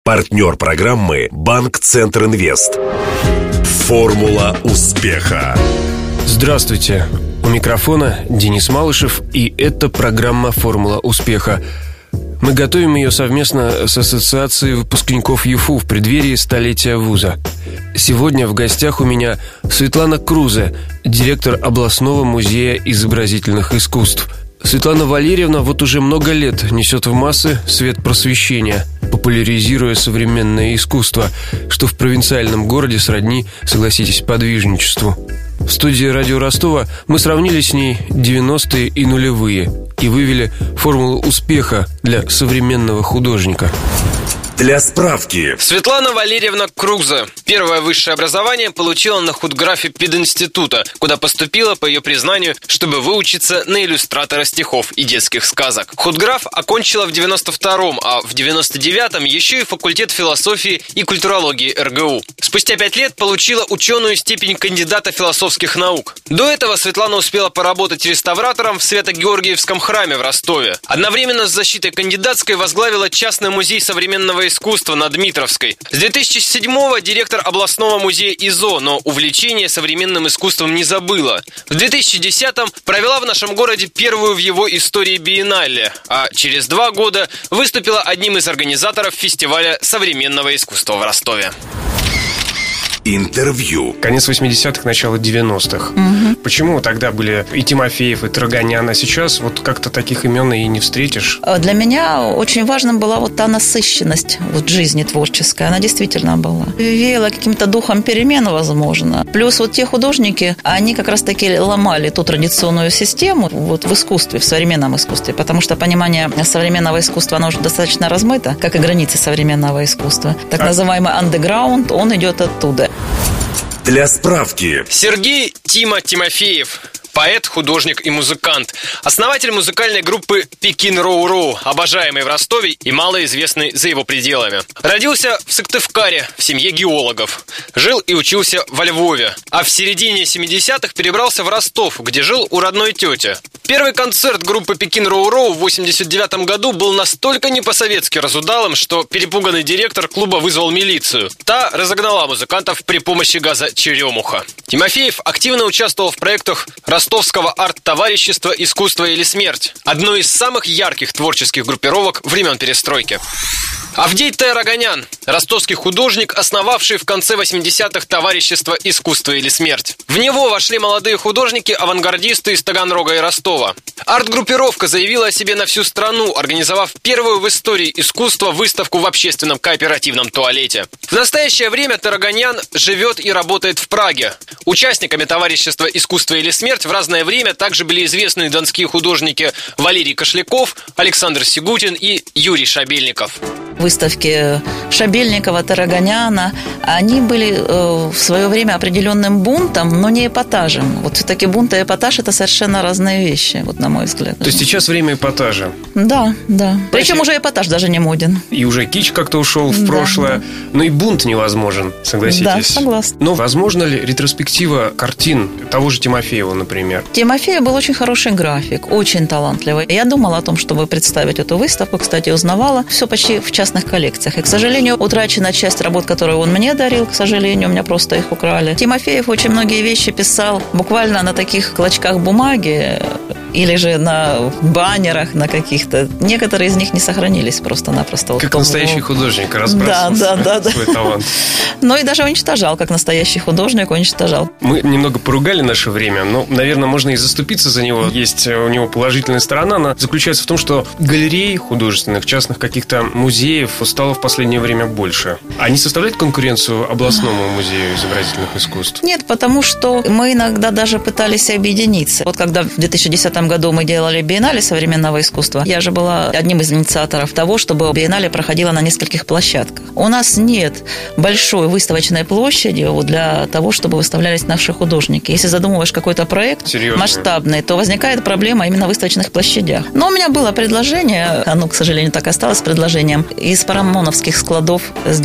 Партнер программы «Банк Центр Инвест». Формула успеха. Здравствуйте. У микрофона Денис Малышев, и это программа «Формула успеха». Мы готовим ее совместно с Ассоциацией выпускников ЮФУ в преддверии столетия вуза. Сегодня в гостях у меня Светлана Крузе, директор областного музея изобразительных искусств. Светлана Валерьевна вот уже много лет несет в массы свет просвещения, популяризируя современное искусство, что в провинциальном городе сродни, согласитесь, подвижничеству. В студии радио Ростова мы сравнили с ней 90-е и нулевые и вывели формулу успеха для современного художника. Для справки. Светлана Валерьевна Крузе первое высшее образование получила на худграфе пединститута, куда поступила, по ее признанию, чтобы выучиться на иллюстратора стихов и детских сказок. Худграф окончила в 92-м, а в 99-м еще и факультет философии и культурологии РГУ. Спустя 5 лет получила ученую степень кандидата философских наук. До этого Светлана успела поработать реставратором в Свято-Георгиевском храме в Ростове. Одновременно с защитой кандидатской возглавила частный музей современного искусства на Дмитровской. С 2007-го директор областного музея ИЗО, но увлечение современным искусством не забыла. В 2010-м провела в нашем городе первую в его истории биеннале, а через 2 года выступила одним из организаторов фестиваля современного искусства в Ростове. Интервью. Конец 80-х, начало 90-х. Почему тогда были и Тимофеев, и Тарганян, а сейчас вот как-то таких имен и не встретишь? Для меня очень важным была вот та насыщенность вот жизни творческой. Она действительно была. Веяла каким-то духом перемен, возможно. Плюс вот те художники, они как раз-таки ломали ту традиционную систему вот в искусстве, в современном искусстве, потому что понимание современного искусства, оно уже достаточно размыто, как и границы современного искусства. Так называемый андеграунд, он идет оттуда. Для справки. Сергей Тимофеев. Поэт, художник и музыкант. Основатель музыкальной группы «Пекин Роу-Роу», обожаемый в Ростове и малоизвестный за его пределами. Родился в Сыктывкаре в семье геологов. Жил и учился во Львове. А в середине 70-х перебрался в Ростов, где жил у родной тети. Первый концерт группы «Пекин Роу-Роу» в 89 году был настолько не по-советски разудалым, что перепуганный директор клуба вызвал милицию. Та разогнала музыкантов при помощи газа черемуха. Тимофеев активно участвовал в проектах Ростовского арт-товарищества «Искусство или смерть», одной из самых ярких творческих группировок времен перестройки. Авдей Тарганян, ростовский художник, основавший в конце 80-х товарищество «Искусство или смерть». В него вошли молодые художники-авангардисты из Таганрога и Ростова. Арт-группировка заявила о себе на всю страну, организовав первую в истории искусства выставку в общественном кооперативном туалете. В настоящее время Тарганян живет и работает в Праге. Участниками товарищества «Искусство или смерть» в разное время также были известные донские художники Валерий Кошляков, Александр Сигутин и Юрий Шабельников. Выставки Шабельникова, Тарганяна, они были в свое время определенным бунтом, но не эпатажем. Вот все-таки бунт и эпатаж – это совершенно разные вещи, вот на мой взгляд. То есть сейчас время эпатажа? Да. Причем уже эпатаж даже не моден. И уже кич как-то ушел в прошлое. Но и бунт невозможен, согласитесь. Да, согласна. Но возможно ли ретроспектива картин того же Тимофеева, например? Тимофеев был очень хороший график, очень талантливый. Я думала о том, чтобы представить эту выставку, кстати, узнавала. Все почти в частных коллекциях. И, к сожалению, утрачена часть работ, которую он мне дарил, к сожалению, у меня просто их украли. Тимофеев очень многие вещи писал буквально на таких клочках бумаги или же на баннерах, на каких-то. Некоторые из них не сохранились просто-напросто. Как настоящий художник разбрасывал свой талант. Но и даже уничтожал, как настоящий художник уничтожал. Мы немного поругали наше время, но, наверное, можно и заступиться за него. Есть у него положительная сторона. Она заключается в том, что галерей художественных, частных каких-то музеев стало в последнее время больше. Они составляют конкуренцию областному музею изобразительных искусств? Нет, потому что мы иногда даже пытались объединиться. Вот когда в 2010 году мы делали биеннале современного искусства, я же была одним из инициаторов того, чтобы биеннале проходила на нескольких площадках. У нас нет большой выставочной площади для того, чтобы выставлялись наши художники. Если задумываешь какой-то проект масштабный, то возникает проблема именно в выставочных площадях. Но у меня было предложение, оно, к сожалению, так и осталось предложением, из парамоновских складов сделать вот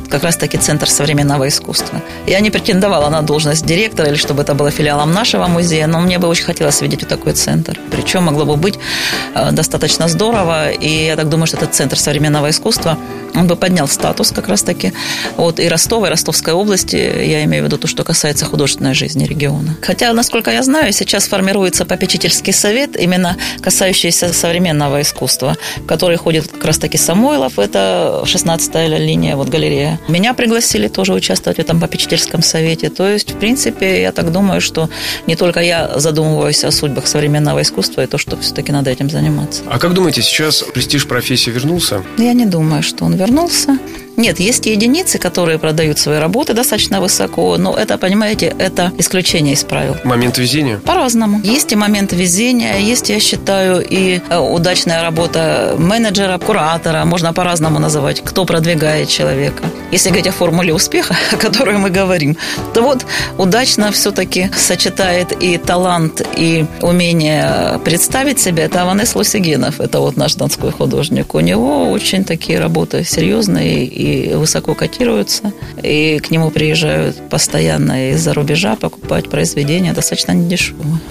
как раз-таки Центр современного искусства. Я не претендовала на должность директора или чтобы это было филиалом нашего музея, но мне бы очень хотелось видеть вот такой центр. Причем могло бы быть достаточно здорово, и я так думаю, что этот Центр современного искусства, он бы поднял статус как раз-таки вот и Ростова, и Ростовской области, я имею в виду то, что касается художественной жизни региона. Хотя, насколько я знаю, сейчас формируется попечительский совет, именно касающийся современного искусства, в который ходит как раз-таки Самойлов, это 16-я линия, вот галерея. Меня пригласили тоже участвовать в этом попечительском совете. То есть, в принципе, я так думаю, что не только я задумываюсь о судьбах современного искусства, и то, что все-таки надо этим заниматься. А как думаете, сейчас престиж профессии вернулся? Я не думаю, что он вернулся. Нет, есть единицы, которые продают свои работы достаточно высоко, но это, понимаете, это исключение из правил. Момент везения? По-разному. Есть и момент везения, есть, я считаю, и удачная работа менеджера, куратора, можно по-разному называть, кто продвигает человека. Если говорить о формуле успеха, о которой мы говорим, то вот удачно все-таки сочетает и талант, и умение представить себя. Это Аванес Лусигенов, это вот наш донской художник. У него очень такие работы серьезные и высоко котируются, и к нему приезжают постоянно из-за рубежа покупать произведения достаточно недешевые.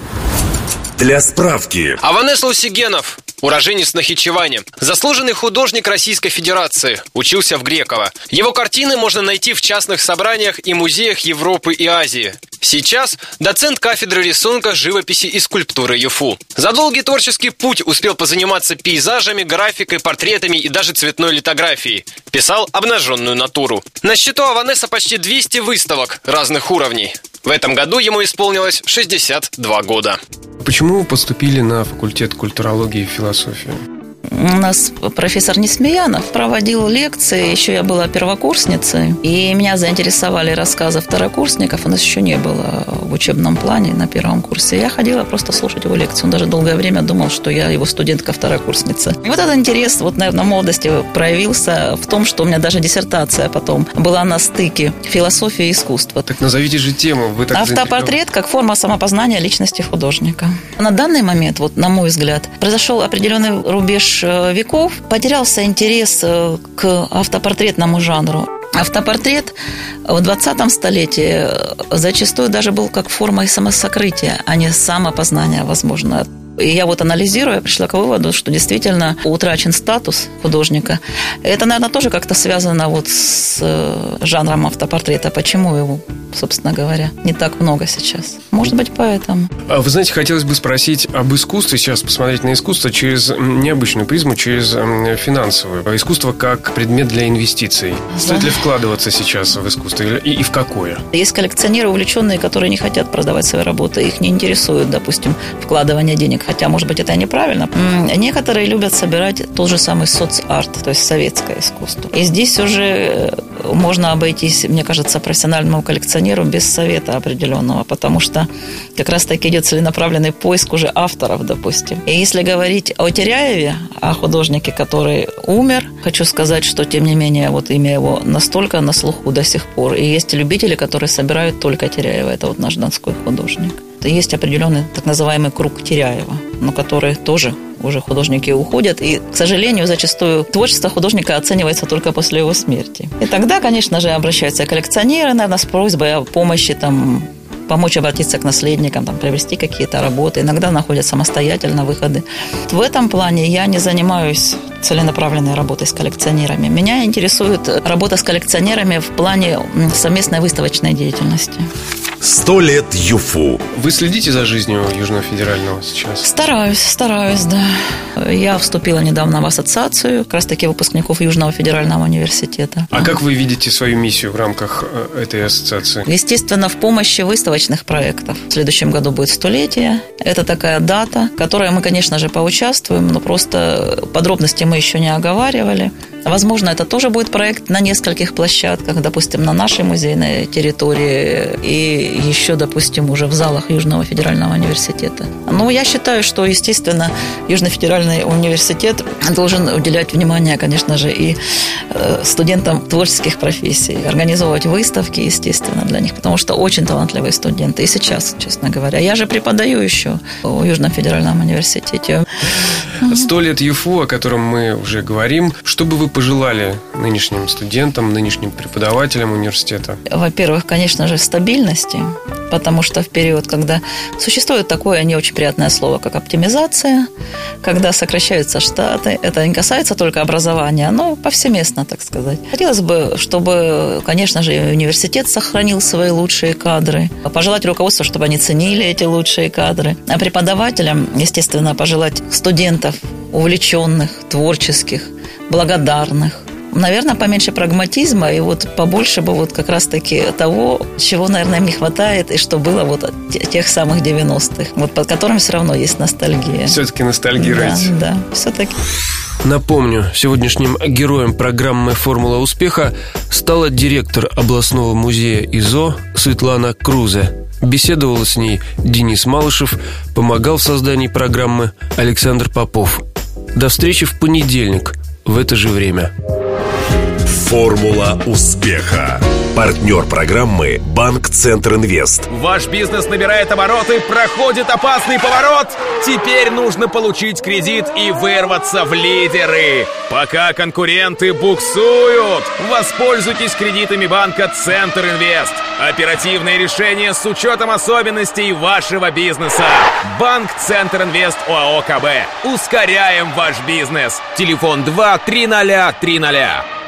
Для справки. Аванес Лусигенов, уроженец Нахичевани, заслуженный художник Российской Федерации, учился в Греково. Его картины можно найти в частных собраниях и музеях Европы и Азии. Сейчас доцент кафедры рисунка, живописи и скульптуры ЮФУ. За долгий творческий путь успел позаниматься пейзажами, графикой, портретами и даже цветной литографией. Писал обнаженную натуру. На счету Аванеса почти 200 выставок разных уровней. В этом году ему исполнилось 62 года. Почему поступили на факультет культурологии и философии? У нас профессор Несмеянов проводил лекции, еще я была первокурсницей, и меня заинтересовали рассказы второкурсников, у нас еще не было в учебном плане на первом курсе. Я ходила просто слушать его лекции, он даже долгое время думал, что я его студентка-второкурсница. И вот этот интерес, вот, наверное, в молодости проявился в том, что у меня даже диссертация потом была на стыке философии и искусства. Так назовите же тему. Вы так Автопортрет как форма самопознания личности художника. На данный момент, вот на мой взгляд, произошел определенный рубеж веков, потерялся интерес к автопортретному жанру. Автопортрет в 20 столетии зачастую даже был как форма самосокрытия, а не самопознания, возможно. И я вот анализируя, пришла к выводу, что действительно утрачен статус художника. Это, наверное, тоже как-то связано вот с жанром автопортрета. Почему его, собственно говоря, не так много сейчас? Может быть, поэтому. А вы знаете, хотелось бы спросить об искусстве. Сейчас посмотреть на искусство через необычную призму, через финансовую. Искусство как предмет для инвестиций. Да. Стоит ли вкладываться сейчас в искусство и в какое? Есть коллекционеры увлеченные, которые не хотят продавать свои работы. Их не интересует, допустим, вкладывание денег. Хотя, может быть, это неправильно. Некоторые любят собирать тот же самый соцарт, то есть советское искусство. И здесь уже можно обойтись, мне кажется, профессиональному коллекционеру без совета определенного, потому что как раз-таки идет целенаправленный поиск уже авторов, допустим. И если говорить о Теряеве, о художнике, который умер, хочу сказать, что, тем не менее, вот имя его настолько на слуху до сих пор. И есть любители, которые собирают только Теряева. Это вот наш донской художник. Есть определенный так называемый круг Теряева, но которые тоже уже художники уходят. И, к сожалению, зачастую творчество художника оценивается только после его смерти. И тогда, конечно же, обращаются коллекционеры, наверное, с просьбой о помощи, помочь обратиться к наследникам, приобрести какие-то работы. Иногда находят самостоятельно выходы. В этом плане я не занимаюсь целенаправленной работой с коллекционерами. Меня интересует работа с коллекционерами в плане совместной выставочной деятельности. 100 лет ЮФУ. Вы следите за жизнью Южного федерального сейчас? Стараюсь, да. Я вступила недавно в ассоциацию как раз-таки выпускников Южного федерального университета. А как вы видите свою миссию в рамках этой ассоциации? Естественно, в помощи выставочных проектов. В следующем году будет 100-летие. Это такая дата, в которой мы, конечно же, поучаствуем, но просто подробности мы еще не оговаривали. Возможно, это тоже будет проект на нескольких площадках, допустим, на нашей музейной территории и еще, допустим, уже в залах Южного федерального университета. Но я считаю, что, естественно, Южный федеральный университет должен уделять внимание, конечно же, и студентам творческих профессий, организовывать выставки, естественно, для них, потому что очень талантливые студенты. студенты. И сейчас, честно говоря. Я же преподаю еще в Южном федеральном университете. 100 лет ЮФУ, о котором мы уже говорим. Что бы вы пожелали нынешним студентам, нынешним преподавателям университета? Во-первых, конечно же, стабильности, потому что в период, когда существует такое не очень приятное слово, как оптимизация, когда сокращаются штаты, это не касается только образования, но повсеместно, так сказать. Хотелось бы, чтобы, конечно же, университет сохранил свои лучшие кадры, пожелать руководству, чтобы они ценили эти лучшие кадры, а преподавателям, естественно, пожелать студентов увлеченных, творческих, благодарных. Наверное, поменьше прагматизма и вот побольше бы вот как раз-таки того, чего, наверное, им не хватает и что было вот от тех самых 90-х, вот под которым все равно есть ностальгия. Все-таки ностальгируете. Да, все-таки. Напомню, сегодняшним героем программы «Формула успеха» стала директор областного музея ИЗО Светлана Крузе. Беседовал с ней Денис Малышев, помогал в создании программы Александр Попов. До встречи в понедельник в это же время. «Формула успеха». Партнер программы «Банк Центр Инвест». Ваш бизнес набирает обороты, проходит опасный поворот. Теперь нужно получить кредит и вырваться в лидеры. Пока конкуренты буксуют, воспользуйтесь кредитами банка Центр Инвест. Оперативное решение с учетом особенностей вашего бизнеса. Банк Центр Инвест ОАО КБ. Ускоряем ваш бизнес. Телефон 2 300 300.